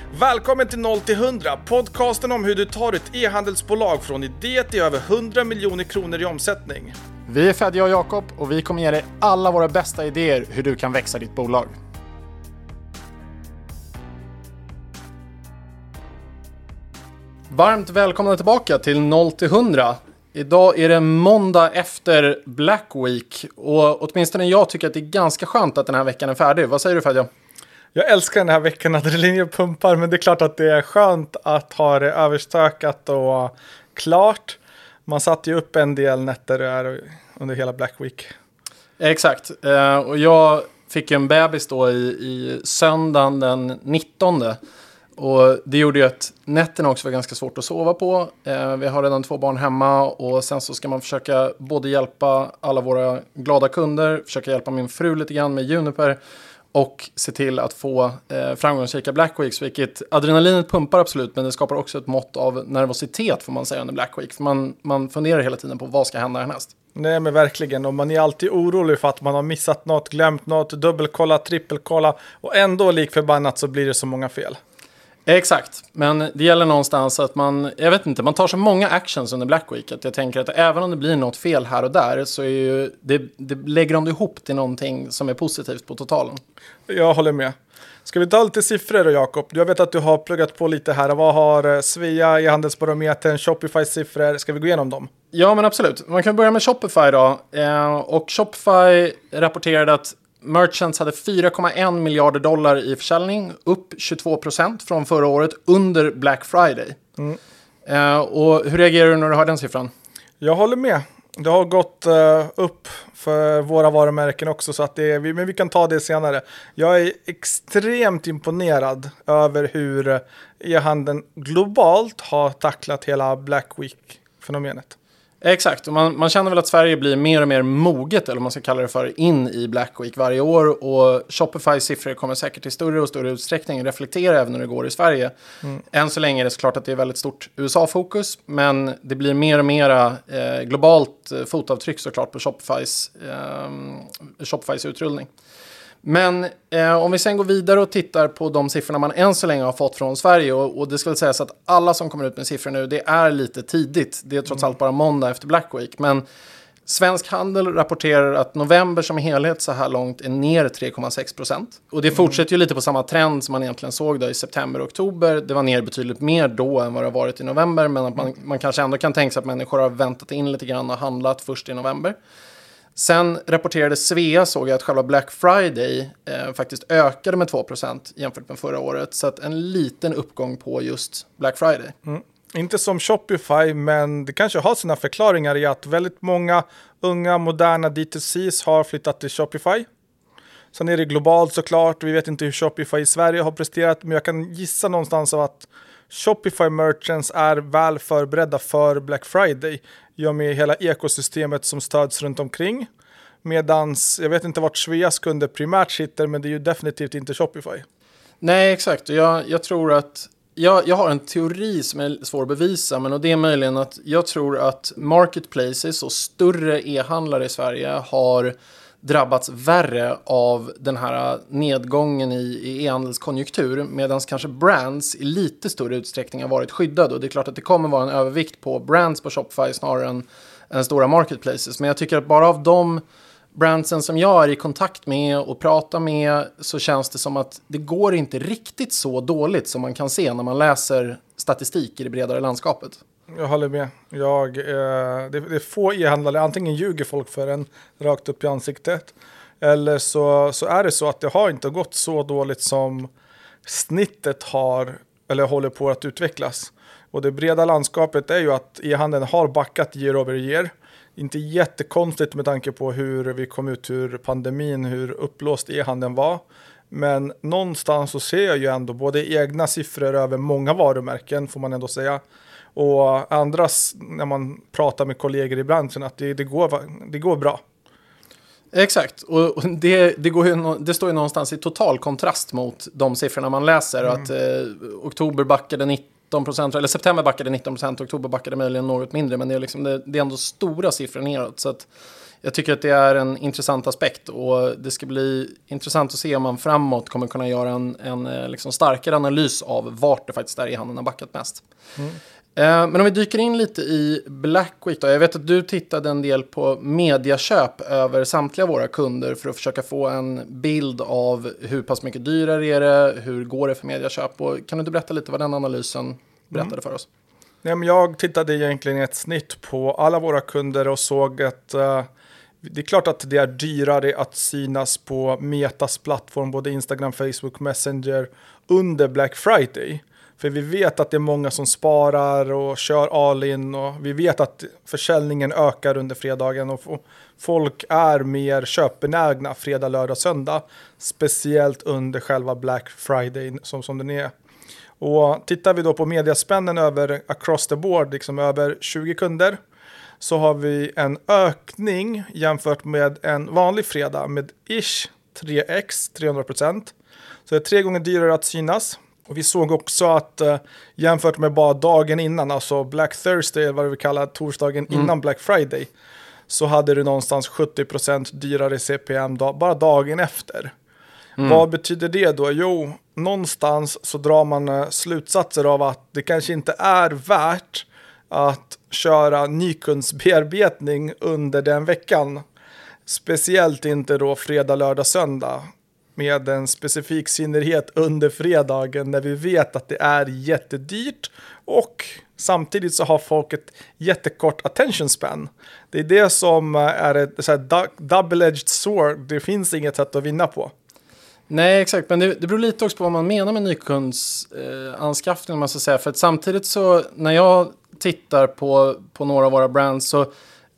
Välkommen till 0 till 100, podcasten om hur du tar ett e-handelsbolag från idé till över 100 miljoner kronor i omsättning. Vi är Fedja och Jakob och vi kommer ge dig alla våra bästa idéer hur du kan växa ditt bolag. Varmt välkomna tillbaka till 0 till 100. Idag är det måndag efter Black Week och åtminstone jag tycker att det är ganska skönt att den här veckan är färdig. Vad säger du, Fedja? Jag älskar den här veckan att adrenalin pumpar, men det är klart att det är skönt att ha det överstökat och klart. Man satt ju upp en del nätter under hela Black Week. Exakt, och jag fick ju en bebis då i söndagen den 19. Och det gjorde ju att nätterna också var ganska svårt att sova på. Vi har redan 2 barn hemma och sen så ska man försöka både hjälpa alla våra glada kunder, försöka hjälpa min fru lite grann med Juniper och se till att få framgångsrika Black Weeks, vilket adrenalinet pumpar absolut, men det skapar också ett mått av nervositet får man säga under Black Week. För man funderar hela tiden på vad ska hända härnäst. Nej, men verkligen. Och man är alltid orolig för att man har missat något, glömt något, dubbelkolla, trippelkolla och ändå likförbannat så blir det så många fel. Exakt, men det gäller någonstans att man tar så många actions under Black Week att jag tänker att även om det blir något fel här och där så är ju det lägger de ihop till någonting som är positivt på totalen. Jag håller med. Ska vi ta lite siffror då, Jakob? Jag vet att du har pluggat på lite här. Vad har Svea, e-handelsbarometern, Shopifys siffror? Ska vi gå igenom dem? Ja, men absolut. Man kan börja med Shopify då. Och Shopify rapporterade att merchants hade $4,1 miljarder i försäljning, upp 22% från förra året under Black Friday. Och hur reagerar du när du hör den siffran? Jag håller med. Det har gått upp för våra varumärken också, så att men vi kan ta det senare. Jag är extremt imponerad över hur e-handeln globalt har tacklat hela Black Week-fenomenet. Exakt, och man känner väl att Sverige blir mer och mer moget, eller vad man ska kalla det för, in i Black Week varje år. Och Shopifys siffror kommer säkert i större och större utsträckning reflektera även när det går i Sverige. Än så länge är det såklart att det är väldigt stort USA-fokus, men det blir mer och mer globalt fotavtryck såklart på Shopifys utrullning. Men om vi sen går vidare och tittar på de siffrorna man än så länge har fått från Sverige, och det ska väl sägas att alla som kommer ut med siffror nu, det är lite tidigt. Det är trots allt bara måndag efter Black Week. Men Svensk Handel rapporterar att november som helhet så här långt är ner 3,6%. Och det fortsätter ju lite på samma trend som man egentligen såg då i september och oktober. Det var ner betydligt mer då än vad det har varit i november. Men att man kanske ändå kan tänka sig att människor har väntat in lite grann och handlat först i november. Sen rapporterade Svea, såg jag att själva Black Friday faktiskt ökade med 2% jämfört med förra året. Så att en liten uppgång på just Black Friday. Inte som Shopify, men det kanske har sina förklaringar i att väldigt många unga, moderna D2Cs har flyttat till Shopify. Sen är det globalt såklart. Vi vet inte hur Shopify i Sverige har presterat, men jag kan gissa någonstans av att Shopify merchants är väl förberedda för Black Friday. Jag med hela ekosystemet som stöds runt omkring. Medans, jag vet inte vart Sveas kunder primärt sitter, men det är ju definitivt inte Shopify. Nej, exakt. Jag tror att jag har en teori som är svår att bevisa, men det är möjligen att jag tror att marketplaces och större e-handlare i Sverige har drabbats värre av den här nedgången i e-handelskonjunktur, medan kanske brands i lite större utsträckning har varit skyddade. Och det är klart att det kommer vara en övervikt på brands på Shopify snarare än stora marketplaces. Men jag tycker att bara av de brandsen som jag är i kontakt med och pratar med, så känns det som att det går inte riktigt så dåligt som man kan se när man läser statistik i det bredare landskapet. Jag håller med. Det är få e-handlare, antingen ljuger folk för en rakt upp i ansiktet, eller så är det så att det har inte gått så dåligt som snittet har eller håller på att utvecklas. Och det breda landskapet är ju att e-handeln har backat year over year. Inte jättekonstigt med tanke på hur vi kom ut ur pandemin, hur upplåst e-handeln var. Men någonstans så ser jag ju ändå både egna siffror över många varumärken, får man ändå säga, och andras när man pratar med kollegor i branschen, att det går bra. Exakt, och det står ju någonstans i total kontrast mot de siffrorna man läser. Att oktober backade 19%, eller september backade 19%, oktober backade möjligen något mindre, men det är, liksom, det är ändå stora siffror neråt. Så att jag tycker att det är en intressant aspekt, och det ska bli intressant att se om man framåt kommer kunna göra en liksom starkare analys av vart det faktiskt är i handeln har backat mest. Men om vi dyker in lite i Black Week då. Jag vet att du tittade en del på mediaköp över samtliga våra kunder för att försöka få en bild av hur pass mycket dyrare är det, hur går det för mediaköp, och kan du inte berätta lite vad den analysen berättade för oss? Nej, men jag tittade egentligen ett snitt på alla våra kunder och såg att det är klart att det är dyrare att synas på Metas plattform, både Instagram, Facebook, Messenger under Black Friday. För vi vet att det är många som sparar och kör all in, och vi vet att försäljningen ökar under fredagen och folk är mer köpbenägna fredag, lördag, söndag. Speciellt under själva Black Friday som den är. Och tittar vi då på mediaspännen över across the board, liksom över 20 kunder, så har vi en ökning jämfört med en vanlig fredag med 300%. Så det är 3 gånger dyrare att synas. Och vi såg också att jämfört med bara dagen innan, alltså Black Thursday, eller vad vi kallar torsdagen innan Black Friday, så hade du någonstans 70% dyrare CPM bara dagen efter. Vad betyder det då? Jo, någonstans så drar man slutsatser av att det kanske inte är värt att köra nykundsbearbetning under den veckan. Speciellt inte då fredag, lördag, söndag. Med en specifik synnerhet under fredagen när vi vet att det är jättedyrt, och samtidigt så har folk ett jättekort attention span. Det är det som är ett så här double-edged sword. Det finns inget sätt att vinna på. Nej, exakt. Men det beror lite också på vad man menar med nykundsanskaffning, man ska säga. För att samtidigt så, när jag tittar på några av våra brands, så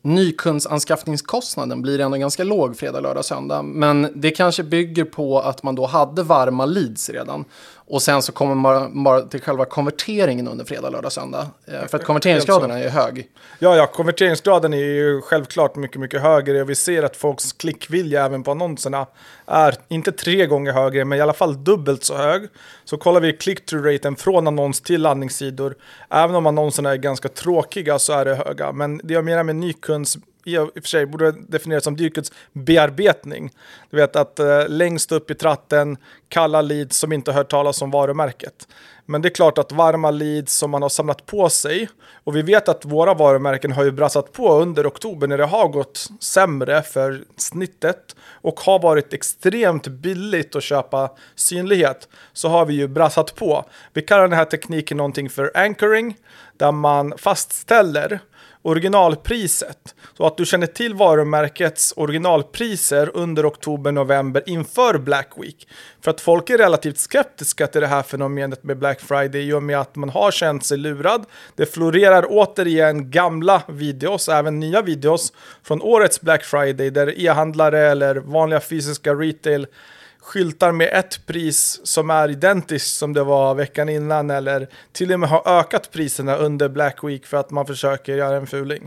nykundsanskaffningskostnaden blir ändå ganska låg fredag, lördag, söndag. Men det kanske bygger på att man då hade varma leads redan. Och sen så kommer man bara till själva konverteringen under fredag, lördag, söndag. För att konverteringsgraden är hög. Ja, konverteringsgraden är ju självklart mycket, mycket högre. Och vi ser att folks klickvilja även på annonserna är inte 3 gånger högre, men i alla fall dubbelt så hög. Så kollar vi click-through-raten från annons till landningssidor. Även om annonserna är ganska tråkiga så är det höga. Men det jag menar med nykunds, i och för sig borde definieras som nykundsbearbetning. Du vet att längst upp i tratten kalla leads som inte hört talas om varumärket. Men det är klart att varma leads som man har samlat på sig, och vi vet att våra varumärken har ju brassat på under oktober när det har gått sämre för snittet och har varit extremt billigt att köpa synlighet, så har vi ju brassat på. Vi kallar den här tekniken någonting för anchoring, där man fastställer originalpriset, så att du känner till varumärkets originalpriser under oktober, november inför Black Week. För att folk är relativt skeptiska till det här fenomenet med Black Friday i och med att man har känt sig lurad. Det florerar återigen gamla videos, även nya videos från årets Black Friday, där e-handlare eller vanliga fysiska retail skyltar med ett pris som är identiskt som det var veckan innan, eller till och med har ökat priserna under Black Week för att man försöker göra en fuling.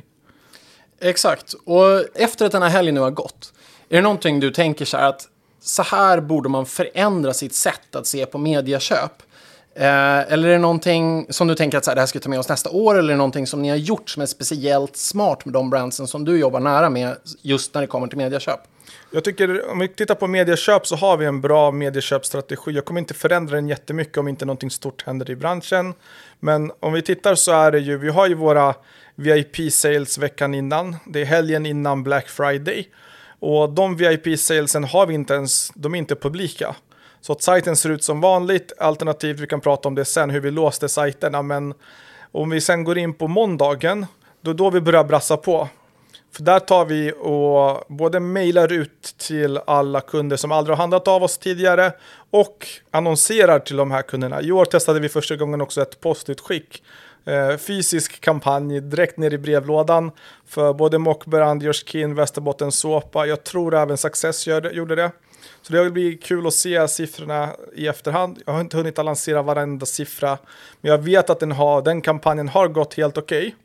Exakt. Och efter att den här helgen nu har gått, är det någonting du tänker så här att så här borde man förändra sitt sätt att se på mediaköp? Eller är det någonting som du tänker att så här, det här ska vi ta med oss nästa år, eller är det någonting som ni har gjort som är speciellt smart med de brandsen som du jobbar nära med just när det kommer till mediaköp? Jag tycker, om vi tittar på medieköp, så har vi en bra medieköpstrategi. Jag kommer inte förändra den jättemycket om inte någonting stort händer i branschen. Men om vi tittar så är det ju, vi har ju våra VIP-sales veckan innan. Det är helgen innan Black Friday. Och de VIP-salesen har vi inte ens, de är inte publika. Så att sajten ser ut som vanligt. Alternativt, vi kan prata om det sen, hur vi låste sajterna. Men om vi sen går in på måndagen, då vi börjar brassa på. För där tar vi och både mejlar ut till alla kunder som aldrig har handlat av oss tidigare och annonserar till de här kunderna. I år testade vi första gången också ett postutskick. Fysisk kampanj direkt ner i brevlådan för både Mockbrand, Jörskin, Västerbotten Såpa. Jag tror även Success gjorde det. Så det blir kul att se siffrorna i efterhand. Jag har inte hunnit lansera varenda siffra, men jag vet att den kampanjen har gått helt okej.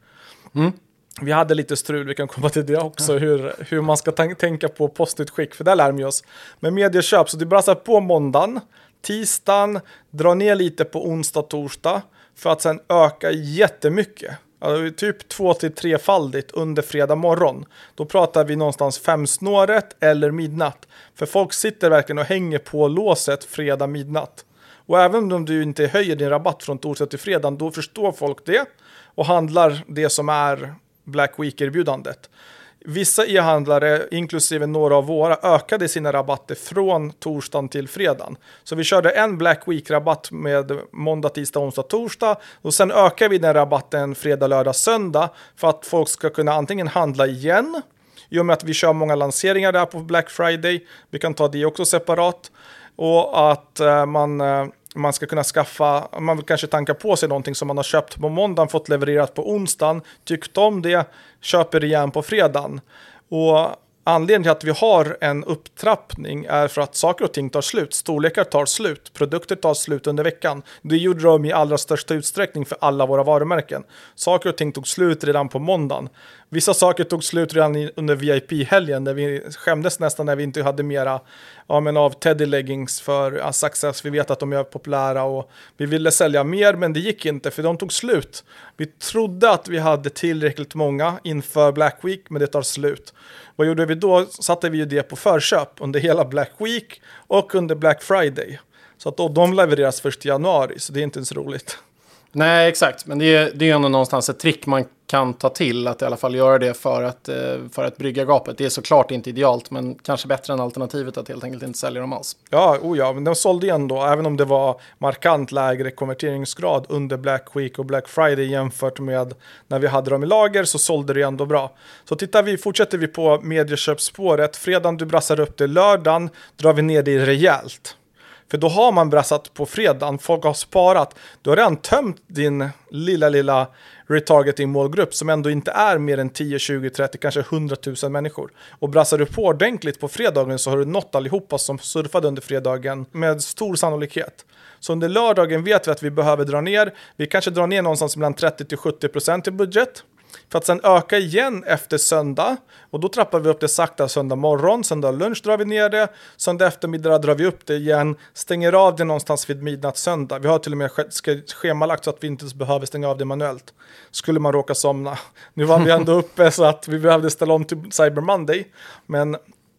Vi hade lite strul, vi kan komma till det också, hur man ska tänka på postutskick, för där lär vi oss. Men medieköp, så det brassar på måndagen, tisdagen, dra ner lite på onsdag, torsdag för att sen öka jättemycket. Alltså typ 2-3-faldigt under fredag morgon. Då pratar vi någonstans 5-snåret eller midnatt. För folk sitter verkligen och hänger på låset fredag midnatt. Och även om du inte höjer din rabatt från torsdag till fredag, då förstår folk det och handlar det som är Black Week-erbjudandet. Vissa e-handlare, inklusive några av våra, ökade sina rabatter från torsdagen till fredagen. Så vi körde en Black Week-rabatt med måndag, tisdag, onsdag, torsdag. Och sen ökar vi den rabatten fredag, lördag, söndag för att folk ska kunna antingen handla igen. I och med att vi kör många lanseringar där på Black Friday. Vi kan ta det också separat. Och att man ska kunna man vill kanske tanka på sig någonting som man har köpt på måndagen, fått levererat på onsdagen, tyckt om det, köper igen på fredagen. Och anledningen till att vi har en upptrappning är för att saker och ting tar slut. Storlekar tar slut, produkter tar slut under veckan. Det gjorde de i allra största utsträckning för alla våra varumärken. Saker och ting tog slut redan på måndagen. Vissa saker tog slut redan under VIP-helgen där vi skämdes nästan när vi inte hade mera av Teddy leggings för Success. Vi vet att de är populära och vi ville sälja mer, men det gick inte för de tog slut. Vi trodde att vi hade tillräckligt många inför Black Week, men det tar slut. Vad gjorde vi då? Satte vi ju det på förköp under hela Black Week och under Black Friday. Så att då, de levereras först i januari, så det är inte ens roligt. Nej, exakt. Men det är ändå någonstans ett trick man kan ta till att i alla fall göra det för att brygga gapet. Det är såklart inte idealt, men kanske bättre än alternativet att helt enkelt inte sälja dem alls. Ja, men de sålde igen då, även om det var markant lägre konverteringsgrad under Black Week och Black Friday jämfört med när vi hade dem i lager, så sålde det ändå bra. Så fortsätter vi på medieköpsspåret. Fredagen du brassar upp det, lördagen drar vi ner det rejält. För då har man brassat på fredagen, folk har sparat. Du har redan tömt din lilla retargeting-målgrupp som ändå inte är mer än 10, 20, 30, kanske 100 000 människor. Och brassar du på ordentligt på fredagen så har du nått allihopa som surfade under fredagen med stor sannolikhet. Så under lördagen vet vi att vi behöver dra ner. Vi kanske drar ner någonstans mellan 30-70% i budget. För att sen öka igen efter söndag. Och då trappar vi upp det sakta söndag morgon. Söndag lunch drar vi ner det. Söndag eftermiddag drar vi upp det igen. Stänger av det någonstans vid midnatt söndag. Vi har till och med schemalagt så att vi inte behöver stänga av det manuellt. Skulle man råka somna. Nu var vi ändå uppe så att vi behövde ställa om till Cyber Monday. Men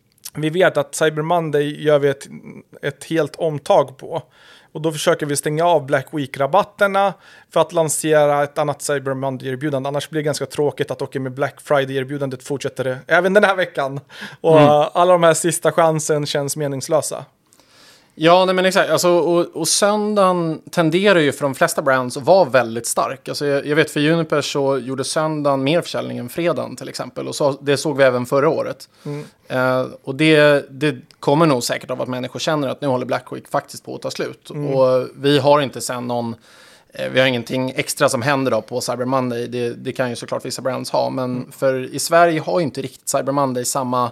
vi vet att Cyber Monday gör vi ett helt omtag på. Och då försöker vi stänga av Black Week-rabatterna för att lansera ett annat Cyber Monday-erbjudande. Annars blir det ganska tråkigt att med Black Friday-erbjudandet fortsätter det även den här veckan. Och alla de här sista chansen känns meningslösa. Ja, nej men exakt. Alltså, och söndagen tenderar ju för de flesta brands att vara väldigt stark. Alltså, jag vet för Juniper så gjorde söndagen mer försäljning än fredagen till exempel. Och så, det såg vi även förra året. Och det kommer nog säkert av att människor känner att nu håller Black Week faktiskt på att ta slut. Och vi har inte sen vi har ingenting extra som händer då på Cyber Monday. Det kan ju såklart vissa brands ha. Men för i Sverige har ju inte riktigt Cyber Monday samma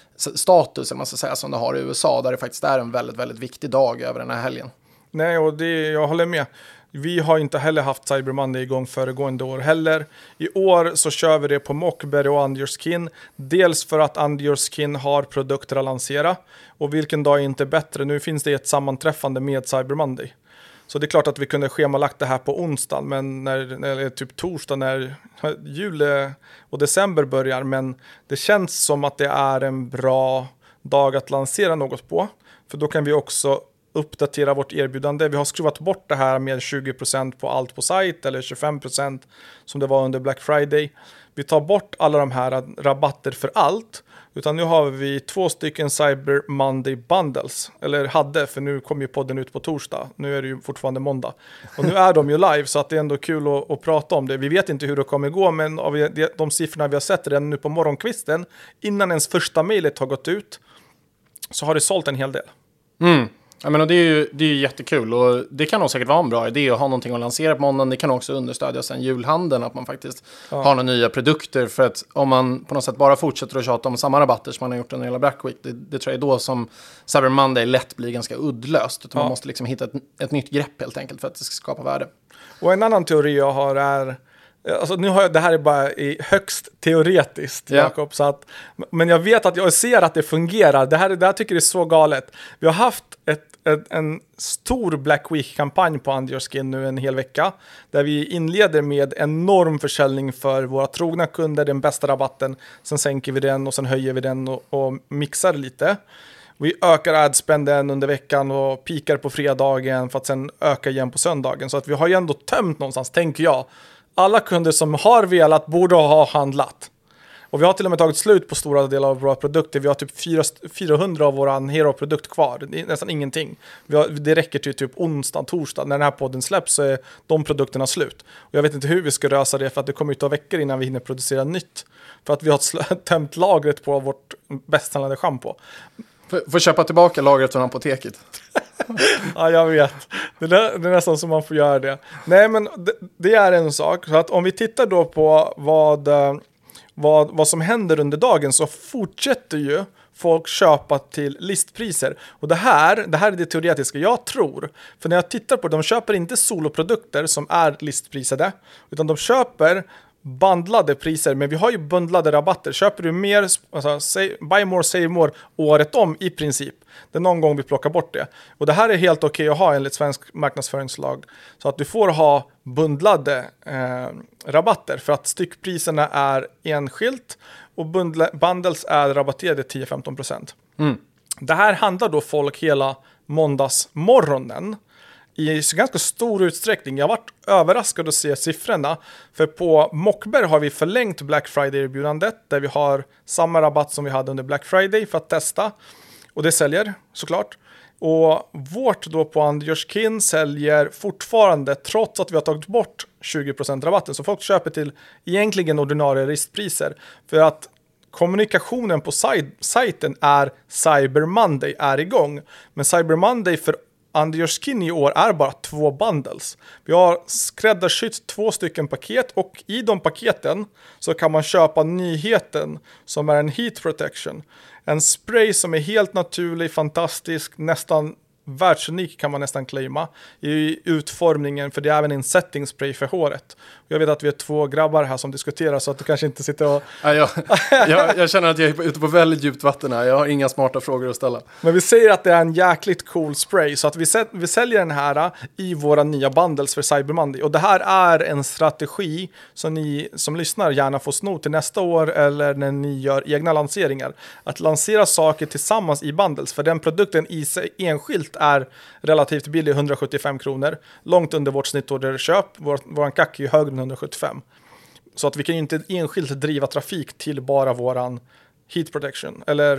status eller man ska säga som det har i USA, där det faktiskt är en väldigt, väldigt viktig dag över den här helgen. Nej, och jag håller med. Vi har inte heller haft Cyber Monday igång föregående år heller. I år så kör vi det på Mockberry och And Your Skin. Dels för att And Your Skin har produkter att lansera. Och vilken dag är inte bättre? Nu finns det ett sammanträffande med Cyber Monday. Så det är klart att vi kunde schemalagt det här på onsdag, men när typ torsdag när juli och december börjar. Men det känns som att det är en bra dag att lansera något på. För då kan vi också uppdatera vårt erbjudande. Vi har skruvat bort det här med 20% på allt på sajt eller 25% som det var under Black Friday. Vi tar bort alla de här rabatter för allt. Utan nu har vi 2 stycken Cyber Monday Bundles. Eller hade, för nu kommer ju podden ut på torsdag. Nu är det ju fortfarande måndag. Och nu är de ju live, så att det är ändå kul att prata om det. Vi vet inte hur det kommer gå, men av de siffrorna vi har sett redan nu på morgonkvisten, innan ens första mejlet har gått ut, så har det sålt en hel del. Ja, men och det är ju jättekul, och det kan nog säkert vara en bra idé att ha någonting att lansera på måndagen. Det kan också understödja sen julhandeln, att man faktiskt har några nya produkter. För att om man på något sätt bara fortsätter att tjata om samma rabatter som man har gjort under hela Black Week, det tror jag är då som Cyber Monday lätt blir ganska uddlöst. Utan man måste liksom hitta ett nytt grepp helt enkelt för att det ska skapa värde. Och en annan teori jag har är, alltså nu har jag, det här är bara högst teoretiskt, Jakob, så att, men jag vet att jag ser att det fungerar. Det här tycker jag är så galet. Vi har haft en stor Black Week-kampanj på And Your Skin nu en hel vecka. Där vi inleder med enorm försäljning för våra trogna kunder, den bästa rabatten. Sen sänker vi den och sen höjer vi den och mixar lite. Vi ökar adspenden under veckan och pikar på fredagen för att sen öka igen på söndagen. Så att vi har ju ändå tömt någonstans, tänker jag. Alla kunder som har velat borde ha handlat. Och vi har till och med tagit slut på stora delar av våra produkter. Vi har typ 400 av våran hero-produkt kvar. Det är nästan ingenting. Det räcker till typ onsdag, torsdag. När den här podden släpps så är de produkterna slut. Och jag vet inte hur vi ska lösa det för att det kommer att ta veckor innan vi hinner producera nytt. För att vi har tömt lagret på vårt bästsäljande shampoo. Får köpa tillbaka lagret från apoteket. Ja, jag vet. Det är nästan som man får göra det. Nej, men det är en sak. Så att om vi tittar då på vad som händer under dagen så fortsätter ju folk köpa till listpriser. Och det här är det teoretiska. Jag tror, för när jag tittar på det, de köper inte soloprodukter som är listprisade, utan de köper bandlade priser, men vi har ju bundlade rabatter. Köper du mer, alltså, buy more, save more året om i princip. Det är någon gång vi plockar bort det. Och det här är helt okej att ha enligt svensk marknadsföringslag. Så att du får ha bundlade rabatter för att styckpriserna är enskilt och bundles är rabatterade 10-15%. Det här handlar då folk hela måndagsmorgonen i ganska stor utsträckning. Jag har varit överraskad att se siffrorna. För på Mockberg har vi förlängt Black Friday-erbjudandet. Där vi har samma rabatt som vi hade under Black Friday för att testa. Och det säljer såklart. Och vårt då på And Your Skin säljer fortfarande trots att vi har tagit bort 20% rabatten. Så folk köper till egentligen ordinarie listpriser. För att kommunikationen på sajten är Cyber Monday är igång. Men Cyber Monday för And Your Skin i år är bara 2 bundles. Vi har skräddarsytt 2 stycken paket och i de paketen så kan man köpa nyheten som är en heat protection. En spray som är helt naturlig, fantastisk, nästan världsunik kan man nästan claima i utformningen, för det är även en setting spray för håret. Jag vet att vi är 2 grabbar här som diskuterar så att du kanske inte sitter och... Jag känner att jag är ute på väldigt djupt vatten här. Jag har inga smarta frågor att ställa. Men vi säger att det är en jäkligt cool spray så att vi säljer den här i våra nya bundles för Cyber Monday. Och det här är en strategi som ni som lyssnar gärna får sno till nästa år eller när ni gör egna lanseringar. Att lansera saker tillsammans i bundles, för den produkten i sig enskilt är relativt billig, 175 kronor. Långt under vårt snittorderköp. Våran kack är ju högre än 175. Så att vi kan ju inte enskilt driva trafik till bara våran heat protection. Eller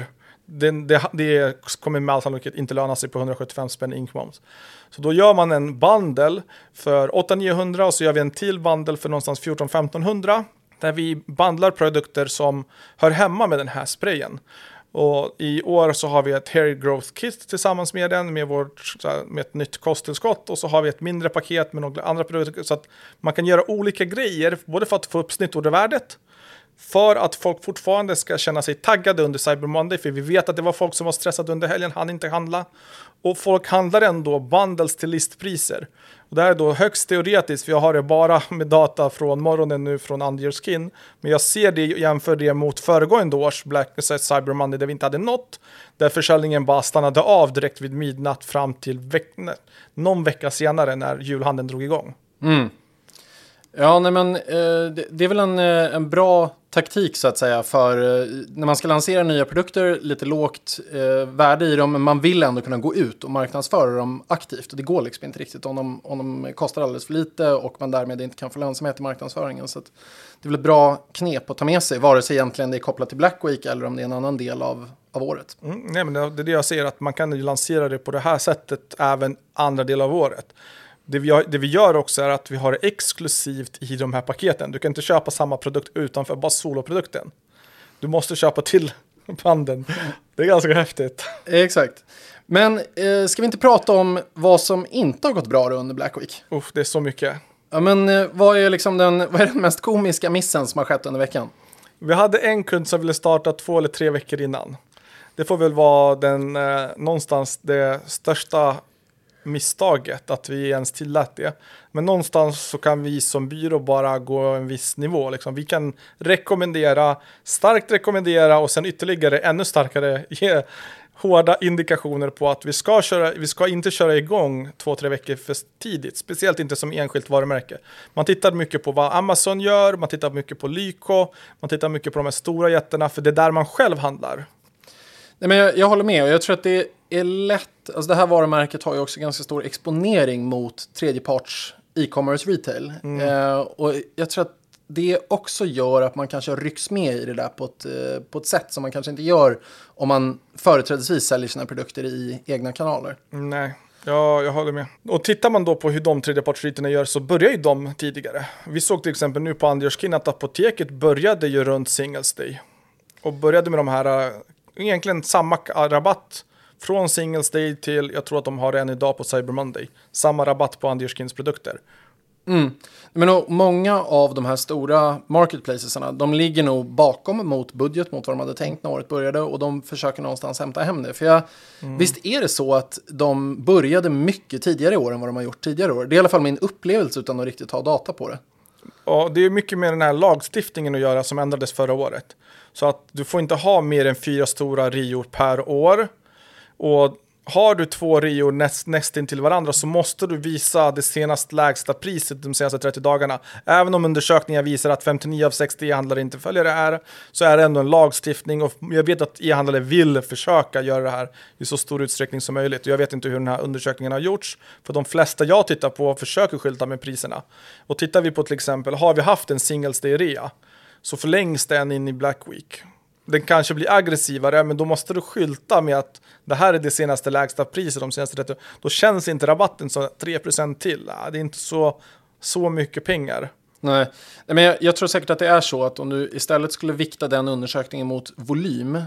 det kommer med all sannolikhet inte löna sig på 175 spänn inkmoms. Så då gör man en bundle för 800-900 och så gör vi en till bundle för någonstans 1400-1500. Där vi bundlar produkter som hör hemma med den här sprayen. Och i år så har vi ett hair growth kit tillsammans med den med ett nytt kosttillskott, och så har vi ett mindre paket med några andra produkter, så att man kan göra olika grejer både för att få upp snittordervärdet, för att folk fortfarande ska känna sig taggade under Cyber Monday, för vi vet att det var folk som var stressade under helgen, han inte handla, och folk handlar ändå bundles till listpriser. Och det här är då högst teoretiskt, för jag har det bara med data från morgonen nu från And Your Skin. Men jag ser det, jämför det mot föregående års Cyber Monday där vi inte hade något. Där försäljningen bara stannade av direkt vid midnatt fram till någon vecka senare när julhandeln drog igång. Ja, nej, men det är väl en bra taktik så att säga för när man ska lansera nya produkter, lite lågt värde i dem, men man vill ändå kunna gå ut och marknadsföra dem aktivt, och det går liksom inte riktigt om de kostar alldeles för lite och man därmed inte kan få lönsamhet i marknadsföringen. Så att det är väl ett bra knep att ta med sig, vare sig egentligen det är kopplat till Black Week eller om det är en annan del av året. Nej, men det är det jag ser, att man kan ju lansera det på det här sättet även andra delar av året. Det vi gör också är att vi har det exklusivt i de här paketen. Du kan inte köpa samma produkt utanför bara soloprodukten. Du måste köpa till banden. Det är ganska häftigt. Exakt. Men ska vi inte prata om vad som inte har gått bra under Black Week? Det är så mycket. Ja, men vad är den mest komiska missen som har skett under veckan? Vi hade en kund som ville starta 2 eller 3 veckor innan. Det får väl vara någonstans det största misstaget att vi ens tillät det. Men någonstans så kan vi som byrå bara gå en viss nivå. Liksom. Vi kan starkt rekommendera och sen ytterligare ännu starkare hårda indikationer på att vi ska inte köra igång 2-3 veckor för tidigt. Speciellt inte som enskilt varumärke. Man tittar mycket på vad Amazon gör, man tittar mycket på Lyko, man tittar mycket på de här stora jättarna, för det är där man själv handlar. Nej, men jag håller med, och jag tror att det är lätt, alltså det här varumärket har ju också ganska stor exponering mot tredjeparts e-commerce retail. Och jag tror att det också gör att man kanske rycks med i det där på ett sätt som man kanske inte gör om man företrädesvis säljer sina produkter i egna kanaler. Nej, jag håller med. Och tittar man då på hur de tredjepartsriterna gör, så börjar ju de tidigare. Vi såg till exempel nu på Andjorskinn att apoteket började ju runt Singles Day. Och började med de här, egentligen samma rabatt från Singles Day till, jag tror att de har det än idag på Cyber Monday. Samma rabatt på Andjorskins produkter. Men många av de här stora marketplacesarna, de ligger nog bakom mot budget, mot vad de hade tänkt när året började, och de försöker någonstans hämta hem det. För visst är det så att de började mycket tidigare i år än vad de har gjort tidigare år. Det är i alla fall min upplevelse utan att riktigt ha data på det. Ja, det är mycket med den här lagstiftningen att göra som ändrades förra året. Så att du får inte ha mer än 4 stora rior per år. Och har du 2 rior nästan till varandra, så måste du visa det senaste lägsta priset de senaste 30 dagarna. Även om undersökningar visar att 59 av 60 e-handlare inte följer det här, så är det ändå en lagstiftning, och jag vet att e-handlare vill försöka göra det här i så stor utsträckning som möjligt. Och jag vet inte hur den här undersökningen har gjorts, för de flesta jag tittar på försöker skylta med priserna. Och tittar vi på till exempel, har vi haft en Singles Day-rea, så förlängs den in i Black Week. Den kanske blir aggressivare, men då måste du skylta med att det här är det senaste lägsta priset de senaste 30. Då känns inte rabatten så 3% till. Det är inte så mycket pengar. Nej, men jag tror säkert att det är så att om du istället skulle vikta den undersökningen mot volym,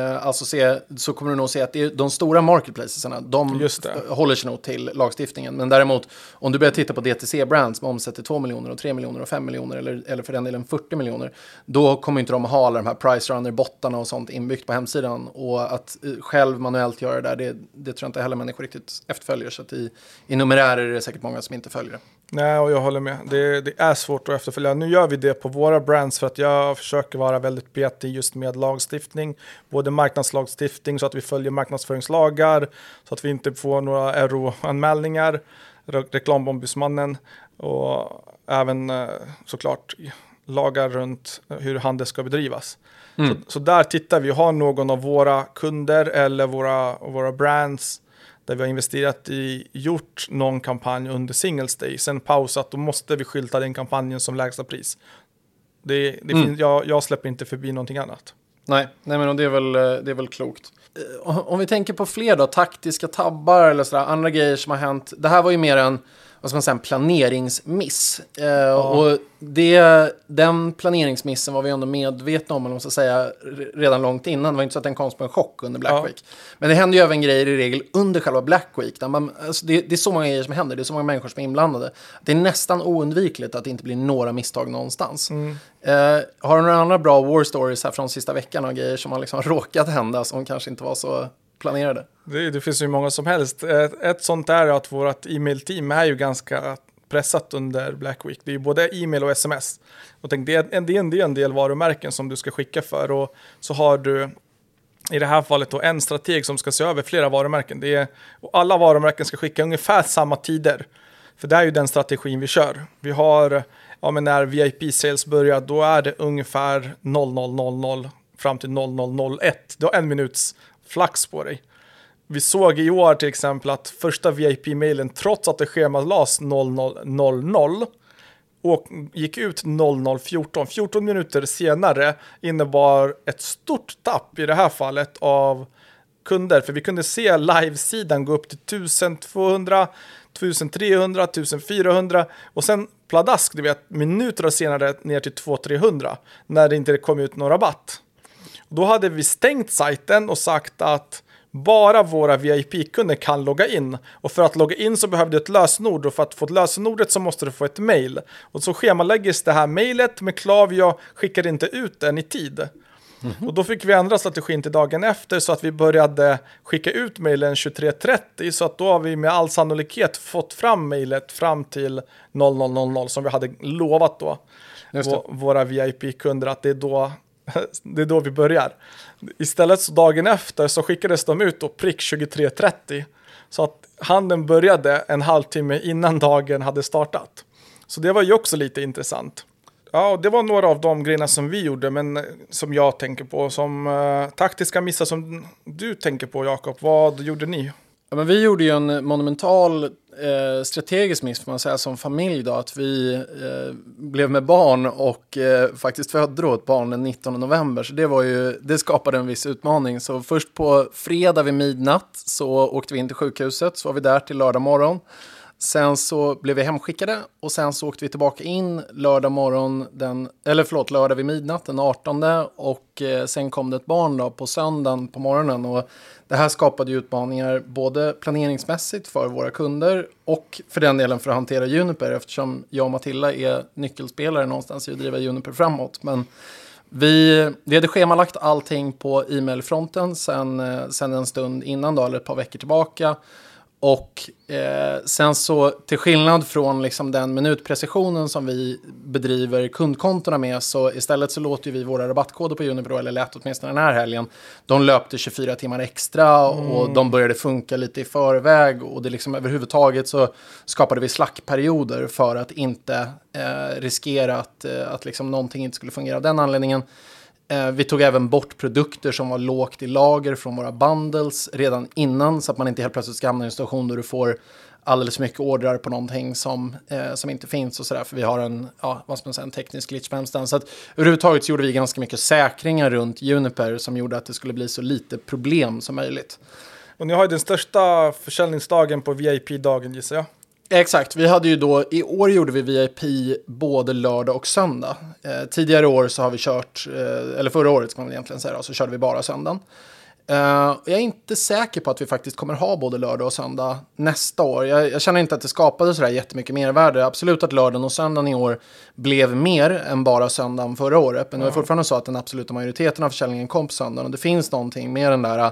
så kommer du nog se att det är de stora marketplacesarna, de håller sig nog till lagstiftningen. Men däremot, om du börjar titta på DTC-brands med omsätter 2 miljoner och 3 miljoner och 5 miljoner eller för den delen 40 miljoner, då kommer inte de ha alla de här price runner-bottarna och sånt inbyggt på hemsidan. Och att själv manuellt göra det där, det tror jag inte heller människor riktigt efterföljer. Så att i numerärer är det säkert många som inte följer det. Nej, och jag håller med. Det är svårt att efterfölja. Nu gör vi det på våra brands för att jag försöker vara väldigt betig just med lagstiftning. Både marknadslagstiftning så att vi följer marknadsföringslagar, så att vi inte får några RO-anmälningar, reklamombudsmannen, och även såklart lagar runt hur handel ska bedrivas. Så där tittar vi. Har någon av våra kunder eller våra brands där vi har investerat gjort någon kampanj under Singles Day, sen pausat, då måste vi skylta den kampanjen som lägsta pris. Jag släpper inte förbi någonting annat. Nej, men det är väl klokt. Om vi tänker på fler då, taktiska tabbar eller sådär, andra grejer som har hänt. Det här var ju mer en planeringsmiss. Och den planeringsmissen var vi ändå medvetna om, eller måste säga, redan långt innan. Det var inte så att den kom som en chock under Black Week. Men det händer ju även grejer i regel under själva Black Week. Där det är så många grejer som händer, det är så många människor som är inblandade. Det är nästan oundvikligt att det inte blir några misstag någonstans. Har du några andra bra war stories här från sista veckan och grejer som har liksom råkat hända som kanske inte var så planerade? Det finns ju många som helst. Ett sånt är att vårt e-mail-team är ju ganska pressat under Black Week. Det är ju både e-mail och sms. Och tänk, det är en del varumärken som du ska skicka för. Och så har du i det här fallet då en strateg som ska se över flera varumärken. Och alla varumärken ska skicka ungefär samma tider. För det är ju den strategin vi kör. Vi har, när VIP-sales börjar, då är det ungefär 00:00 fram till 00:01. Du har 1 minuts flax på dig. Vi såg i år till exempel att första VIP-mailen, trots att det schemalades 00:00 och gick ut 00:14. 14 minuter senare innebar ett stort tapp i det här fallet av kunder. För vi kunde se livesidan gå upp till 1200, 1300, 1400 och sen pladask, minuter senare ner till 2300 när det inte kom ut någon rabatt. Då hade vi stängt sajten och sagt att bara våra VIP-kunder kan logga in. Och för att logga in så behöver du ett lösenord. Och för att få ett lösenordet så måste du få ett mail. Och så schemaläggs det här mailet med Klaviyo skickar inte ut den i tid. Och då fick vi ändra strategin till dagen efter så att vi började skicka ut mailen 23:30. Så att då har vi med all sannolikhet fått fram mailet fram till 00:00 som vi hade lovat då. Våra VIP-kunder, att det är då Det är då vi börjar. Istället så dagen efter så skickades de ut och prick 23:30. Så att handeln började en halvtimme innan dagen hade startat. Så det var ju också lite intressant. Ja, det var några av de grejerna som vi gjorde, men som jag tänker på. Som taktiska missar som du tänker på, Jakob. Vad gjorde ni? Ja, men vi gjorde ju en monumental strategisk miss, får man säga, som familj då. Att vi blev med barn och faktiskt födde då ett barn den 19 november. Så det skapade en viss utmaning. Så först på fredag vid midnatt så åkte vi in till sjukhuset. Så var vi där till lördag morgon. Sen så blev vi hemskickade och sen så åkte vi tillbaka in lördag vid midnatt den 18 och sen kom det ett barn då på söndagen på morgonen, och det här skapade ju utmaningar både planeringsmässigt för våra kunder och för den delen för att hantera Juniper, eftersom jag och Matilda är nyckelspelare någonstans i att driva Juniper framåt. Men vi hade schemalagt allting på e-mailfronten sen en stund innan då, eller ett par veckor tillbaka. Och sen så, till skillnad från liksom den minutprecisionen som vi bedriver kundkontona med, så istället så låter vi våra rabattkoder på Juniper, eller lät åtminstone den här helgen, de löpte 24 timmar extra och de började funka lite i förväg, och det liksom överhuvudtaget så skapade vi slackperioder för att inte riskera att liksom någonting inte skulle fungera av den anledningen. Vi tog även bort produkter som var lågt i lager från våra bundles redan innan, så att man inte helt plötsligt ska hamna i en situation där du får alldeles för mycket ordrar på någonting som inte finns och sådär, för vi har en teknisk glitch på hemsidan. Så att överhuvudtaget så gjorde vi ganska mycket säkringar runt Juniper som gjorde att det skulle bli så lite problem som möjligt. Och ni har ju den största försäljningsdagen på VIP-dagen, gissar jag. Exakt, vi hade ju då, i år gjorde vi VIP både lördag och söndag. Tidigare år så har vi kört, eller förra året ska man egentligen säga då, så körde vi bara söndagen. Jag är inte säker på att vi faktiskt kommer ha både lördag och söndag nästa år. Jag känner inte att det skapade sådär jättemycket mervärde. Absolut att lördagen och söndagen i år blev mer än bara söndagen förra året. Men det var fortfarande så att den absoluta majoriteten av försäljningen kom på söndagen. Och det finns någonting mer än där,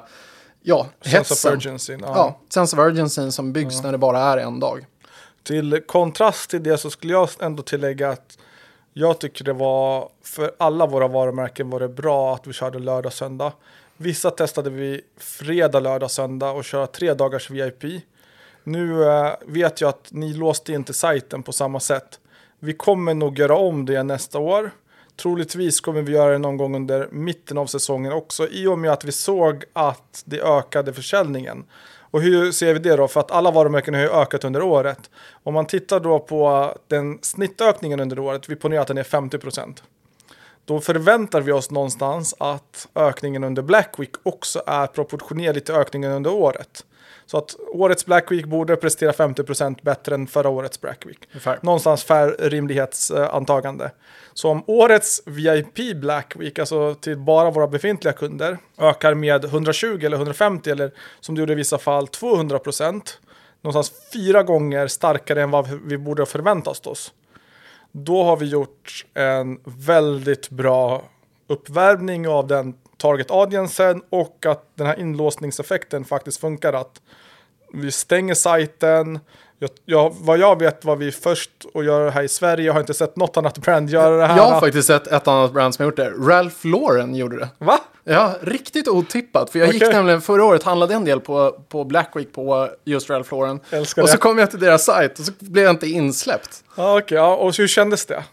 sense of urgency. Ja, sense of urgency som byggs när det bara är en dag. Till kontrast till det så skulle jag ändå tillägga att jag tycker det var, för alla våra varumärken var det bra att vi körde lördag, söndag. Vissa testade vi fredag, lördag, söndag och köra 3 dagars VIP. Nu vet jag att ni låste inte sajten på samma sätt. Vi kommer nog göra om det nästa år. Troligtvis kommer vi göra det någon gång under mitten av säsongen också, i och med att vi såg att det ökade försäljningen. Och hur ser vi det då? För att alla varumärken har ju ökat under året. Om man tittar då på den snittökningen under året, vi ponerar att den är 50%. Då förväntar vi oss någonstans att ökningen under Black Week också är proportionerligt till ökningen under året. Så att årets Black Week borde prestera 50% bättre än förra årets Black Week. Fair. Någonstans för rimlighetsantagande. Så om årets VIP Black Week, alltså till bara våra befintliga kunder, ökar med 120 eller 150 eller som det gjorde i vissa fall 200%, någonstans 4 gånger starkare än vad vi borde ha förväntat oss. Då har vi gjort en väldigt bra uppvärmning av den target audiencen, och att den här inlåsningseffekten faktiskt funkar, att vi stänger sajten. Vad jag vet var vi först att göra det här i Sverige. Jag har inte sett något annat brand göra det här. Jag har faktiskt sett ett annat brand som har gjort det. Ralph Lauren gjorde det. Va? Ja, riktigt otippat. För jag gick nämligen förra året, handlade en del på Black Week på just Ralph Lauren. Älskar och det. Så kom jag till deras sajt och så blev jag inte insläppt. Okej, och hur kändes det?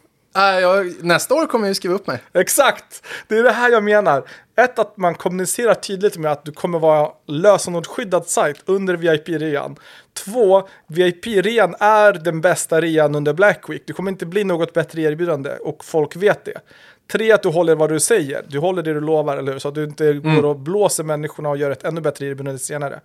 Nästa år kommer jag ju skriva upp mig. Exakt, det är det här jag menar. Att man kommunicerar tydligt med att du kommer vara lösenordsskyddad sajt under VIP-rean. 2, VIP-rean är den bästa rean under Black Week. Det kommer inte bli något bättre erbjudande och folk vet det. 3, att du håller vad du säger. Du håller det du lovar, eller hur? Så att du inte går och blåser människorna och gör ett ännu bättre erbjudande senare.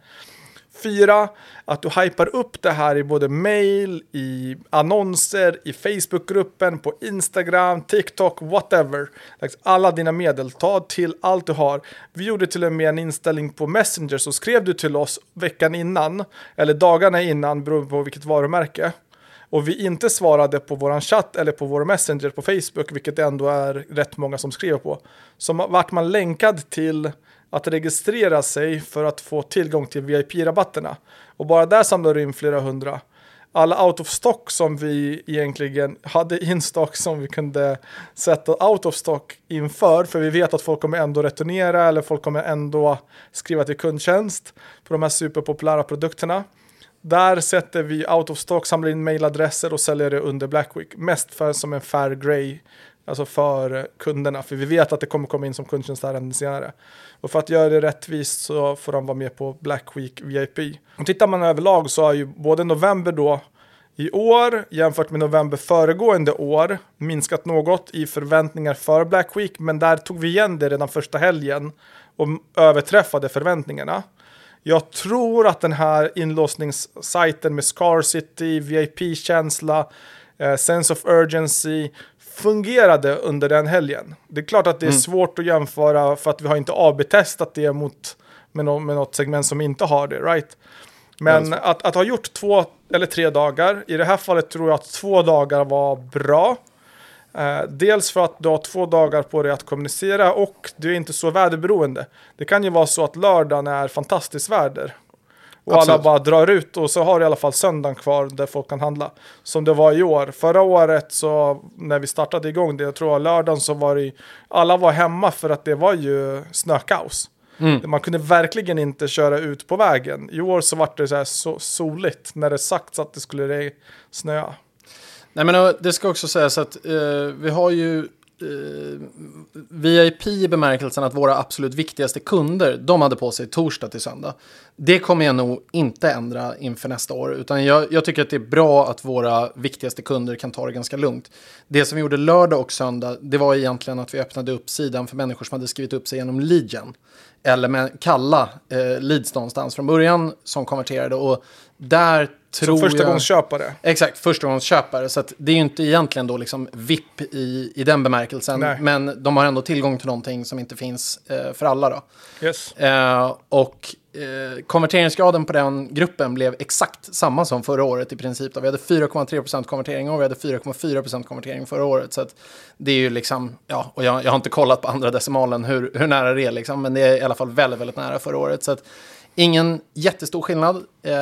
4, att du hypar upp det här i både mail, i annonser, i Facebookgruppen, på Instagram, TikTok, whatever. Alla dina medel, ta till allt du har. Vi gjorde till och med en inställning på Messenger, så skrev du till oss veckan innan, eller dagarna innan, beroende på vilket varumärke. Och vi inte svarade på våran chatt eller på vår Messenger på Facebook, vilket ändå är rätt många som skriver på. Så vart man länkad till att registrera sig för att få tillgång till VIP-rabatterna. Och bara där samlar du in flera hundra. alla out of stock som vi egentligen hade in stock som vi kunde sätta out of stock inför. För vi vet att folk kommer ändå returnera eller folk kommer ändå skriva till kundtjänst på de här superpopulära produkterna. Där sätter vi out of stock, samlar in mailadresser och säljer det under Black Week. Mest som en fair grey, alltså för kunderna. För vi vet att det kommer komma in som kundtjänstärenden senare. Och för att göra det rättvist så får de vara med på Black Week VIP. Och tittar man överlag så har ju både november då i år jämfört med november föregående år minskat något i förväntningar för Black Week. Men där tog vi igen det redan första helgen och överträffade förväntningarna. Jag tror att den här inlåsningssajten med scarcity, VIP-känsla, sense of urgency fungerade under den helgen. Det är klart att det är svårt att jämföra för att vi har inte AB-testat det med något segment som inte har det, right? Men att ha gjort 2 eller 3 dagar, i det här fallet tror jag att 2 dagar var bra. Dels för att du har 2 dagar på dig att kommunicera och du är inte så väderberoende. Det kan ju vara så att lördagen är fantastiskt väder. Och alla bara drar ut och så har du i alla fall söndagen kvar där folk kan handla. Som det var i år. Förra året så när vi startade igång det, jag tror lördagen så var det alla var hemma för att det var ju snökaos. Man kunde verkligen inte köra ut på vägen. I år så var det så här soligt när det sagts att det skulle snöa. Nej, men det ska också sägas att vi har ju VIP i bemärkelsen att våra absolut viktigaste kunder, de hade på sig torsdag till söndag. Det kommer jag nog inte ändra inför nästa år, utan jag tycker att det är bra att våra viktigaste kunder kan ta det ganska lugnt. Det som vi gjorde lördag och söndag, det var egentligen att vi öppnade upp sidan för människor som hade skrivit upp sig genom leadgen. Eller med kalla leads någonstans från början som konverterade, och där tror som förstagångsköpare. Exakt, förstagångsköpare. Så att det är ju inte egentligen då liksom VIP i den bemärkelsen. Nej. Men de har ändå tillgång till någonting som inte finns för alla då. Yes. Konverteringsgraden på den gruppen blev exakt samma som förra året i princip. Då. Vi hade 4,3% konvertering och vi hade 4,4% konvertering förra året. Så att det är ju liksom, ja, och jag har inte kollat på andra decimalen hur nära det är liksom. Men det är i alla fall väldigt, väldigt nära förra året. Så att ingen jättestor skillnad,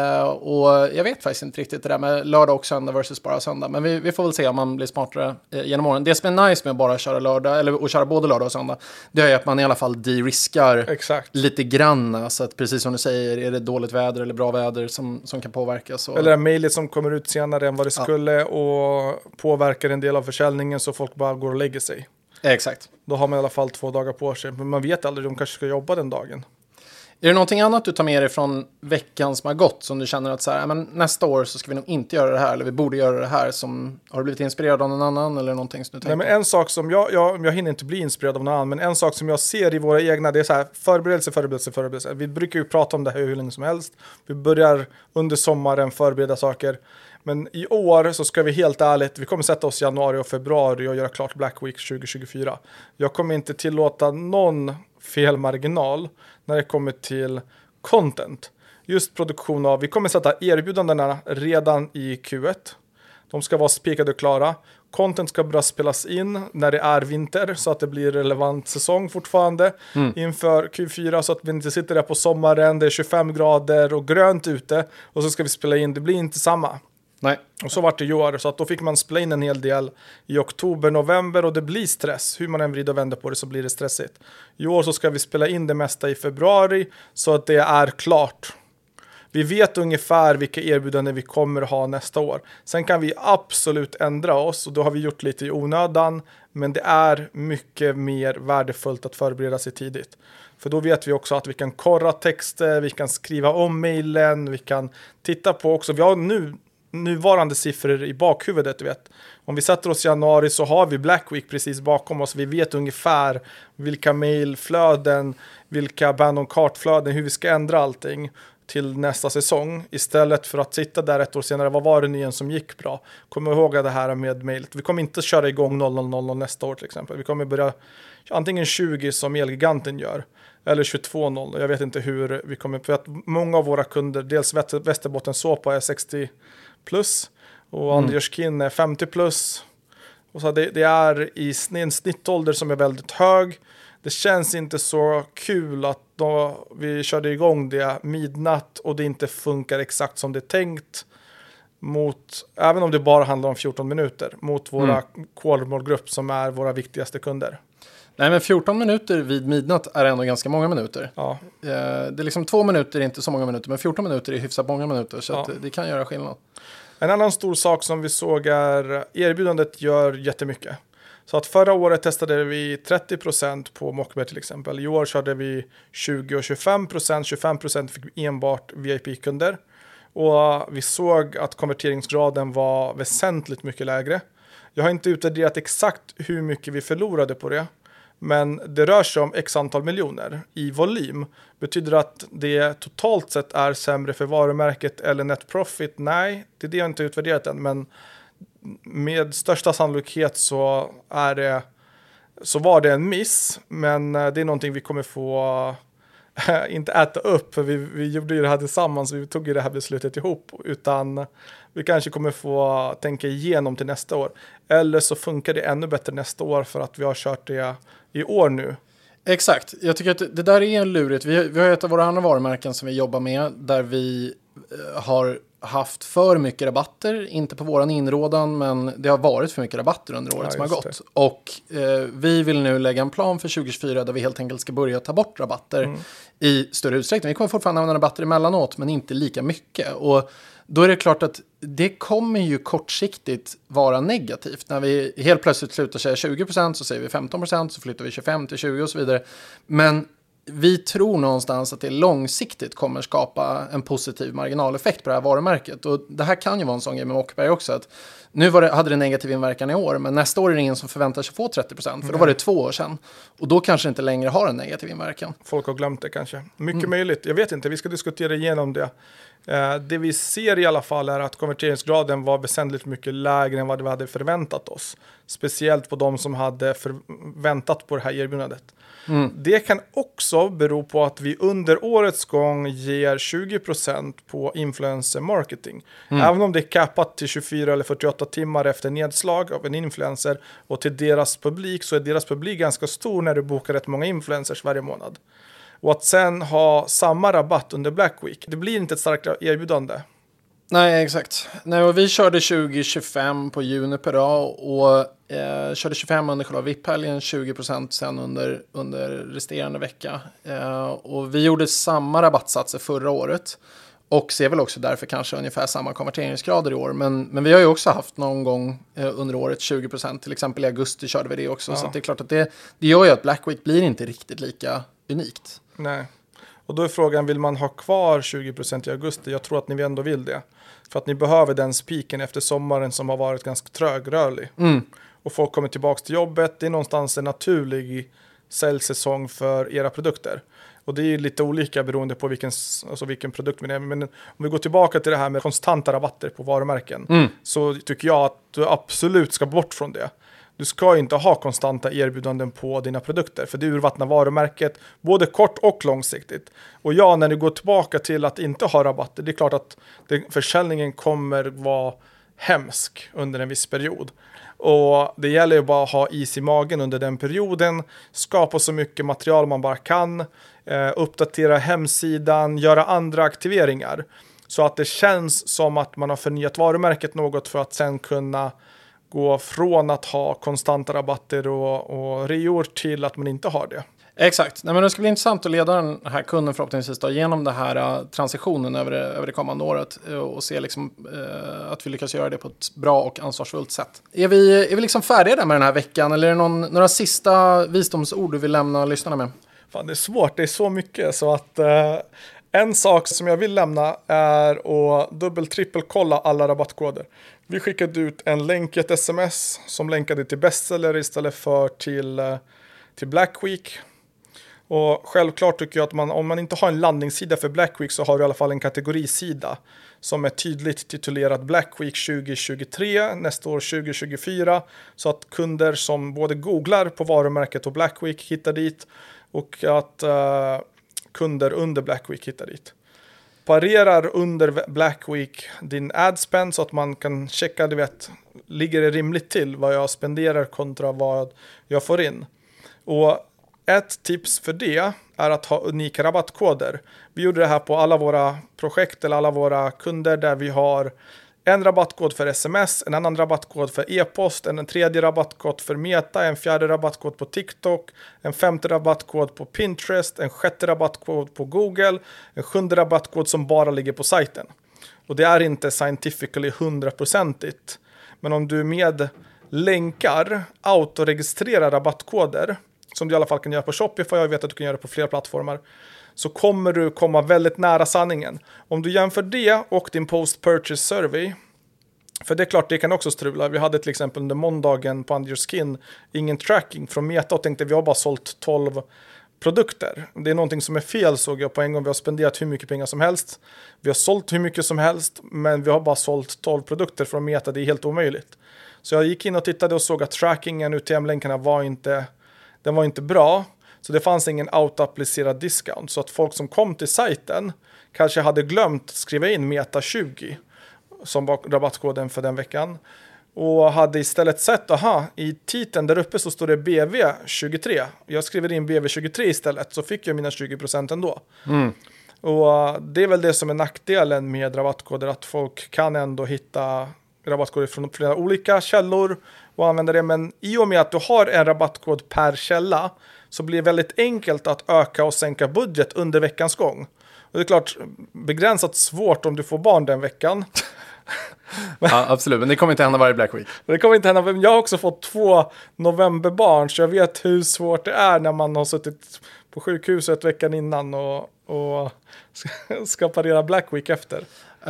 och jag vet faktiskt inte riktigt det där med lördag och söndag versus bara söndag. Men vi får väl se om man blir smartare genom åren. Det som är nice med att bara köra lördag, eller att köra både lördag och söndag, det är ju att man i alla fall de-riskar lite grann. Så att precis som du säger, är det dåligt väder eller bra väder som kan påverkas. Eller det mejlet som kommer ut senare än vad det skulle och påverkar en del av försäljningen så folk bara går och lägger sig. Exakt. Då har man i alla fall 2 dagar på sig. Men man vet aldrig, de kanske ska jobba den dagen. Är det någonting annat du tar med dig från veckan som har gått som du känner att så här, men nästa år så ska vi nog inte göra det här eller vi borde göra det här, som har du blivit inspirerad av någon annan eller någonting som du tänker? Nej, men en sak som jag hinner inte bli inspirerad av någon annan, men en sak som jag ser i våra egna, det är så här förberedelse. Vi brukar ju prata om det här hur länge som helst. Vi börjar under sommaren förbereda saker. Men i år så ska vi helt ärligt, vi kommer sätta oss i januari och februari och göra klart Black Week 2024. Jag kommer inte tillåta någon felmarginal när det kommer till content. Just produktion av, vi kommer sätta erbjudandena redan i Q1. De ska vara spikade och klara. Content ska börja spelas in när det är vinter så att det blir relevant säsong fortfarande inför Q4, så att vi inte sitter där på sommaren, det är 25 grader och grönt ute och så ska vi spela in, det blir inte samma. Nej. Och så var det i år, så att då fick man spela in en hel del i oktober, november och det blir stress. Hur man än vrider och vänder på det så blir det stressigt. I år så ska vi spela in det mesta i februari så att det är klart. Vi vet ungefär vilka erbjudanden vi kommer ha nästa år. Sen kan vi absolut ändra oss och då har vi gjort lite i onödan. Men det är mycket mer värdefullt att förbereda sig tidigt. För då vet vi också att vi kan korra texter, vi kan skriva om mejlen, vi kan titta på också. Vi har nuvarande siffror i bakhuvudet, du vet. Om vi sätter oss i januari så har vi Black Week precis bakom oss. Vi vet ungefär vilka mejlflöden, vilka abandon kartflöden, hur vi ska ändra allting till nästa säsong. Istället för att sitta där ett år senare, vad var det nyligen som gick bra? Kom ihåg det här med mejlet. Vi kommer inte köra igång 0000 nästa år till exempel. Vi kommer börja antingen 20 som Elgiganten gör. Eller 22.0. Jag vet inte hur vi kommer. För att många av våra kunder, dels Västerbotten Såpa är 60 plus och Andreaskin är 50 plus. Och så det är i en snittålder som är väldigt hög. Det känns inte så kul att vi körde igång det midnatt och det inte funkar exakt som det är tänkt. även om det bara handlar om 14 minuter, mot våra core-målgrupp som är våra viktigaste kunder. Nej, men 14 minuter vid midnatt är ändå ganska många minuter. Ja. Det är liksom 2 minuter är inte så många minuter, men 14 minuter är hyfsat många minuter, så att det kan göra skillnad. En annan stor sak som vi såg är erbjudandet gör jättemycket. Så att förra året testade vi 30% på Mockbet till exempel. I år körde vi 20 och 25%. 25% fick vi enbart VIP-kunder. Och vi såg att konverteringsgraden var väsentligt mycket lägre. Jag har inte utvärderat exakt hur mycket vi förlorade på det. Men det rör sig om x antal miljoner i volym. Betyder att det totalt sett är sämre för varumärket eller net profit? Nej, det är det jag inte utvärderat än. Men med största sannolikhet så var det en miss. Men det är någonting vi kommer få inte äta upp. För vi gjorde ju det här tillsammans. Vi tog ju det här beslutet ihop. Utan vi kanske kommer få tänka igenom till nästa år. Eller så funkar det ännu bättre nästa år för att vi har kört det i år nu. Exakt. Jag tycker att det där är lurigt. Vi har ett av våra andra varumärken som vi jobbar med där vi har haft för mycket rabatter. Inte på våran inrådan, men det har varit för mycket rabatter under året som har gått. Och vi vill nu lägga en plan för 2024 där vi helt enkelt ska börja ta bort rabatter i större utsträckning. Vi kommer fortfarande använda rabatter emellanåt, men inte lika mycket. Och då är det klart att det kommer ju kortsiktigt vara negativt. När vi helt plötsligt slutar säga 20% så säger vi 15%, så flyttar vi 25 till 20 och så vidare. Men vi tror någonstans att det långsiktigt kommer skapa en positiv marginaleffekt på det här varumärket. Och det här kan ju vara en sån grej med Mockberg också. Att nu hade det negativ inverkan i år, men nästa år är det ingen som förväntar sig få 30%. För då var det 2 år sedan. Och då kanske det inte längre har en negativ inverkan. Folk har glömt det kanske. Mycket möjligt. Jag vet inte, vi ska diskutera igenom det. Det vi ser i alla fall är att konverteringsgraden var väsentligt mycket lägre än vad vi hade förväntat oss. Speciellt på de som hade förväntat på det här erbjudandet. Det kan också bero på att vi under årets gång ger 20% på influencer marketing. Även om det är kappat till 24 eller 48 timmar efter nedslag av en influencer och till deras publik, så är deras publik ganska stor när du bokar rätt många influencers varje månad. Och att sen ha samma rabatt under Black Week, det blir inte ett starkt erbjudande. Nej, exakt. Nej, och vi körde 20-25 på Juniper och körde 25 under själva VIP-helgen, 20% sen under resterande vecka. Och vi gjorde samma rabattsatser förra året och ser väl också därför kanske ungefär samma konverteringsgrader i år. Men vi har ju också haft någon gång under året 20%, till exempel i augusti körde vi det också. Ja. Så att det är klart att det gör ju att Black Week blir inte riktigt lika unikt. Nej. Och då är frågan, vill man ha kvar 20% i augusti? Jag tror att ni ändå vill det. För att ni behöver den spiken efter sommaren som har varit ganska trögrörlig. Och folk kommer tillbaka till jobbet. Det är någonstans en naturlig säljsäsong för era produkter. Och det är lite olika beroende på vilken produkt man är. Men om vi går tillbaka till det här med konstanta rabatter på varumärken. Så tycker jag att du absolut ska bort från det. Du ska inte ha konstanta erbjudanden på dina produkter. För det urvattnar varumärket både kort och långsiktigt. Och ja, när du går tillbaka till att inte ha rabatter. Det är klart att försäljningen kommer vara hemsk under en viss period. Och det gäller ju bara att ha is i magen under den perioden. Skapa så mycket material man bara kan. Uppdatera hemsidan. Göra andra aktiveringar. Så att det känns som att man har förnyat varumärket något för att sen kunna gå från att ha konstanta rabatter och reor till att man inte har det. Exakt. Nej, men det ska bli intressant att leda den här kunden förhoppningsvis då, genom den här transitionen över det kommande året och se liksom, att vi lyckas göra det på ett bra och ansvarsfullt sätt. Är vi liksom färdiga där med den här veckan, eller är det några sista visdomsord du vill lämna lyssnarna med? Fan, det är svårt, det är så mycket så att en sak som jag vill lämna är att trippelkolla alla rabattkoder. Vi skickade ut en länk i ett sms som länkade till bestseller istället för till Black Week. Och självklart tycker jag att om man inte har en landningssida för Black Week så har du i alla fall en kategorisida som är tydligt titulerad Black Week 2023, nästa år 2024. Så att kunder som både googlar på varumärket och Black Week hittar dit och att kunder under Black Week hittar dit. Parerar under Black Week din ad spend så att man kan checka, ligger det rimligt till vad jag spenderar kontra vad jag får in. Och ett tips för det är att ha unika rabattkoder. Vi gjorde det här på alla våra projekt eller alla våra kunder där vi har en rabattkod för sms, en annan rabattkod för e-post, en tredje rabattkod för Meta, en fjärde rabattkod på TikTok, en femte rabattkod på Pinterest, en sjätte rabattkod på Google, en sjunde rabattkod som bara ligger på sajten. Och det är inte scientifically 100%igt. Men om du med länkar autoregistrerar rabattkoder, som du i alla fall kan göra på Shopify, jag vet att du kan göra det på flera plattformar, så kommer du komma väldigt nära sanningen. Om du jämför det och din post-purchase survey, för det är klart det kan också strula. Vi hade till exempel under måndagen på Under Your Skin ingen tracking från Meta och tänkte vi har bara sålt 12 produkter. Det är någonting som är fel, såg jag på en gång. Vi har spenderat hur mycket pengar som helst. Vi har sålt hur mycket som helst, men vi har bara sålt 12 produkter från Meta. Det är helt omöjligt. Så jag gick in och tittade och såg att trackingen, UTM-länkarna var inte bra. Så det fanns ingen auto-applicerad discount. Så att folk som kom till sajten kanske hade glömt skriva in Meta 20 som var rabattkoden för den veckan. Och hade istället sett, i titeln där uppe så står det BV23. Jag skriver in BV23 istället, så fick jag mina 20% ändå. Och det är väl det som är nackdelen med rabattkoder, att folk kan ändå hitta rabattkoder från flera olika källor och använda det. Men i och med att du har en rabattkod per källa så blir det väldigt enkelt att öka och sänka budget under veckans gång. Och det är klart begränsat svårt om du får barn den veckan. Ja, absolut, men det kommer inte hända varje Black Week. Det kommer inte hända. Jag har också fått 2 novemberbarn, så jag vet hur svårt det är när man har suttit på sjukhuset veckan innan och ska parera Black Week efter.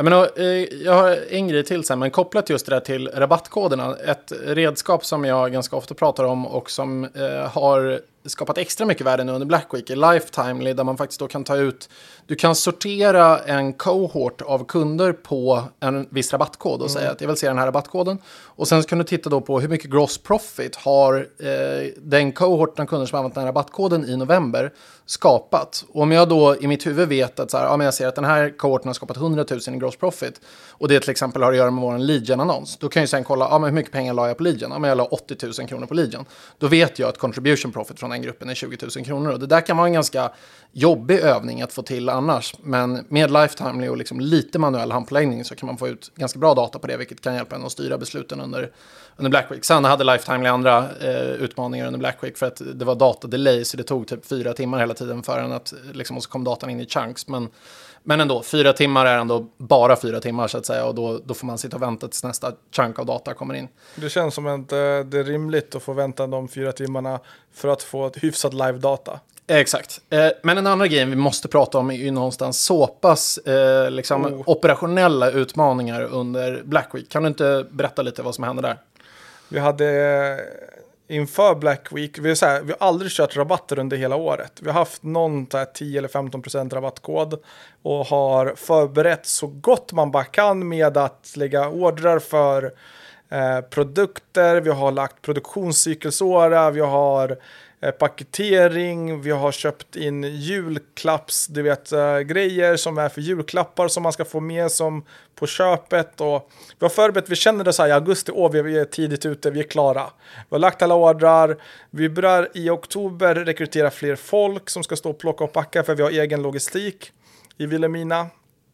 Jag har en grej till sen, men kopplat just det där till rabattkoderna. Ett redskap som jag ganska ofta pratar om och som har skapat extra mycket värde nu under Black Week är Lifetimely, där man faktiskt då kan ta ut, du kan sortera en cohort av kunder på en viss rabattkod och säga att jag vill se den här rabattkoden, och sen så kan du titta då på hur mycket gross profit har den cohorten av kunder som har använt den här rabattkoden i november skapat. Och om jag då i mitt huvud vet att men jag ser att den här cohorten har skapat 100 000 i gross profit, och det till exempel har att göra med vår lead-gen-annons, då kan jag sen kolla men hur mycket pengar la jag på lead-gen? Men jag la 80 000 kronor på lead-gen. Då vet jag att contribution profit från den gruppen är 20 000 kronor. Och det där kan vara en ganska jobbig övning att få till annars. Men med Lifetimely och liksom lite manuell handpåläggning så kan man få ut ganska bra data på det, vilket kan hjälpa en att styra besluten under Black Week. Sen hade Lifetimely andra utmaningar under Black Week för att det var datadelay, så det tog typ 4 timmar hela tiden förrän att liksom, och så kom datan in i chunks. Men ändå, 4 timmar är ändå bara 4 timmar så att säga, och då får man sitta och vänta tills nästa chunk av data kommer in. Det känns som att det är rimligt att få vänta de 4 timmarna för att få ett hyfsat live-data. Exakt. Men en annan grej vi måste prata om är ju någonstans så pass operationella utmaningar under Black Week. Kan du inte berätta lite vad som hände där? Vi hade inför Black Week, vi har aldrig kört rabatter under hela året. Vi har haft någon 10 eller 15% rabattkod och har förberett så gott man bara kan med att lägga ordrar för produkter. Vi har lagt produktionscykelsåra, vi har paketering, vi har köpt in julklapps, grejer som är för julklappar som man ska få med som på köpet, och vi har förberett, vi känner det så här i augusti, vi är tidigt ute, vi är klara. Vi har lagt alla ordrar, vi börjar i oktober rekrytera fler folk som ska stå och plocka och packa, för vi har egen logistik i Vilhelmina.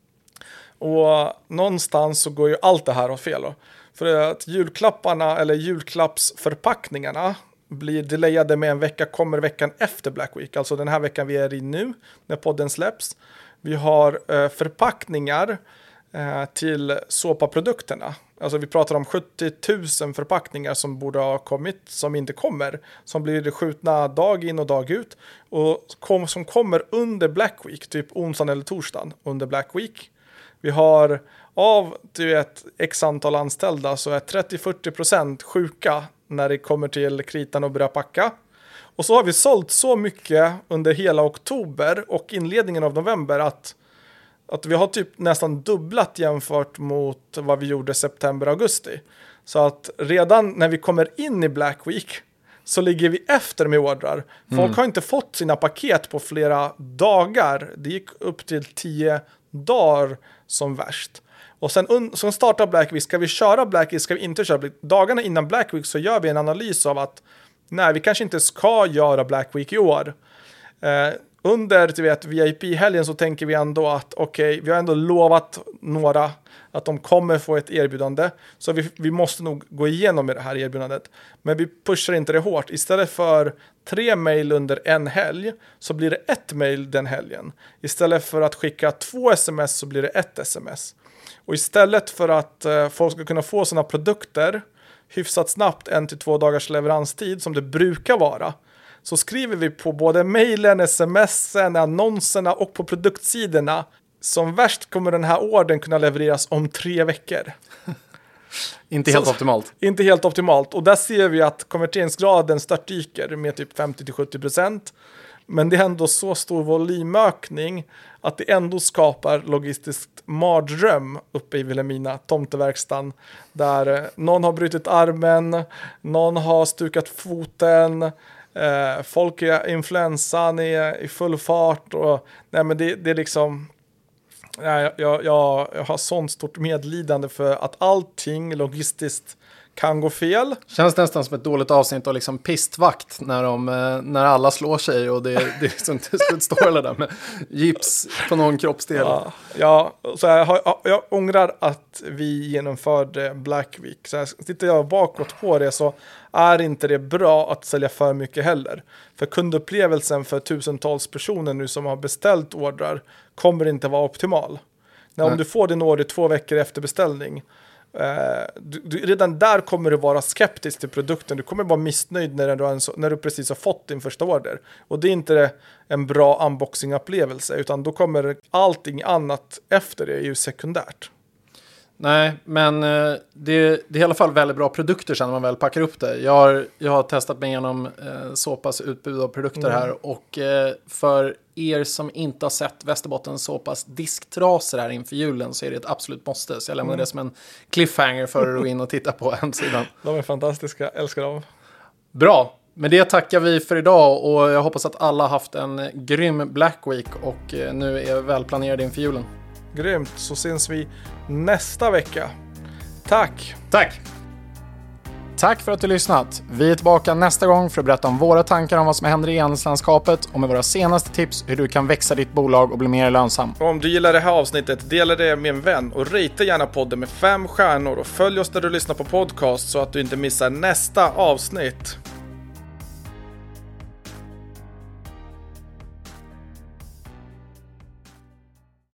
Och någonstans så går ju allt det här åt fel då. För att julklapparna eller julklappsförpackningarna blir delayade med en vecka, kommer veckan efter Black Week. Alltså den här veckan vi är i nu, när podden släpps. Vi har förpackningar till såpaprodukterna. Alltså vi pratar om 70 000 förpackningar som borde ha kommit, som inte kommer. Som blir skjutna dag in och dag ut. Och som kommer under Black Week, typ onsdagen eller torsdagen under Black Week. Vi har av x antal anställda så är 30-40% sjuka när det kommer till kritan och börjar packa. Och så har vi sålt så mycket under hela oktober och inledningen av november att vi har typ nästan dubblat jämfört mot vad vi gjorde september-augusti. Så att redan när vi kommer in i Black Week så ligger vi efter med ordrar. Folk har inte fått sina paket på flera dagar. Det gick upp till 10 dagar som värst. Och sen startar Black Week. Ska vi köra Black Week? Ska vi inte köra Black Week? Dagarna innan Black Week så gör vi en analys av att nej, vi kanske inte ska göra Black Week i år. under VIP-helgen så tänker vi ändå att okej, vi har ändå lovat några att de kommer få ett erbjudande. Så vi måste nog gå igenom med det här erbjudandet. Men vi pushar inte det hårt. Istället för 3 mejl under en helg så blir det 1 mejl den helgen. Istället för att skicka 2 sms så blir det 1 sms. Och istället för att folk ska kunna få sina produkter hyfsat snabbt 1 till 2 dagars leveranstid som det brukar vara, så skriver vi på både mejlen, smsen, annonserna och på produktsidorna. Som värst kommer den här ordern kunna levereras om 3 veckor. Inte helt optimalt. Inte helt optimalt. Och där ser vi att konverteringsgraden störtdyker med typ 50-70%. Men det är ändå så stor volymökning att det ändå skapar logistiskt mardröm uppe i Vilhelmina, tomteverkstan. Där någon har brutit armen, någon har stukat foten, folk är influensan är i full fart. Och, nej, men det är liksom... Jag har sånt stort medlidande för att allting logistiskt kan gå fel. Känns nästan som ett dåligt avsnitt av liksom pistvakt när alla slår sig och det liksom till slut står alla där med gips på någon kroppsdel. Ja, så jag ångrar att vi genomförde Black Week. Så tittar jag bakåt på det så är inte det bra att sälja för mycket heller. För kundupplevelsen för tusentals personer nu som har beställt ordrar kommer inte vara optimal. Om du får din order 2 veckor efter beställning, redan där kommer du vara skeptisk till produkten. Du kommer vara missnöjd när du precis har fått din första order. Och det är inte en bra unboxing-upplevelse, utan då kommer allting annat efter det är ju sekundärt. Nej, men det är i alla fall väldigt bra produkter sen när man väl packar upp det. Jag har testat mig igenom Såpas utbud av produkter här. Och för er som inte har sett Västerbottens Såpas disktraser här inför julen så är det ett absolut måste. Så jag lämnar det som en cliffhanger för att gå in och titta på hemsidan. De är fantastiska, älskar dem. Bra, med det tackar vi för idag och jag hoppas att alla har haft en grym Black Week och nu är välplanerade inför julen. Grymt, så syns vi nästa vecka. Tack! Tack för att du lyssnat. Vi är tillbaka nästa gång för att berätta om våra tankar om vad som händer i e-handelslandskapet och med våra senaste tips hur du kan växa ditt bolag och bli mer lönsam. Och om du gillar det här avsnittet, dela det med en vän och rita gärna podden med 5 stjärnor och följ oss där du lyssnar på podcast så att du inte missar nästa avsnitt.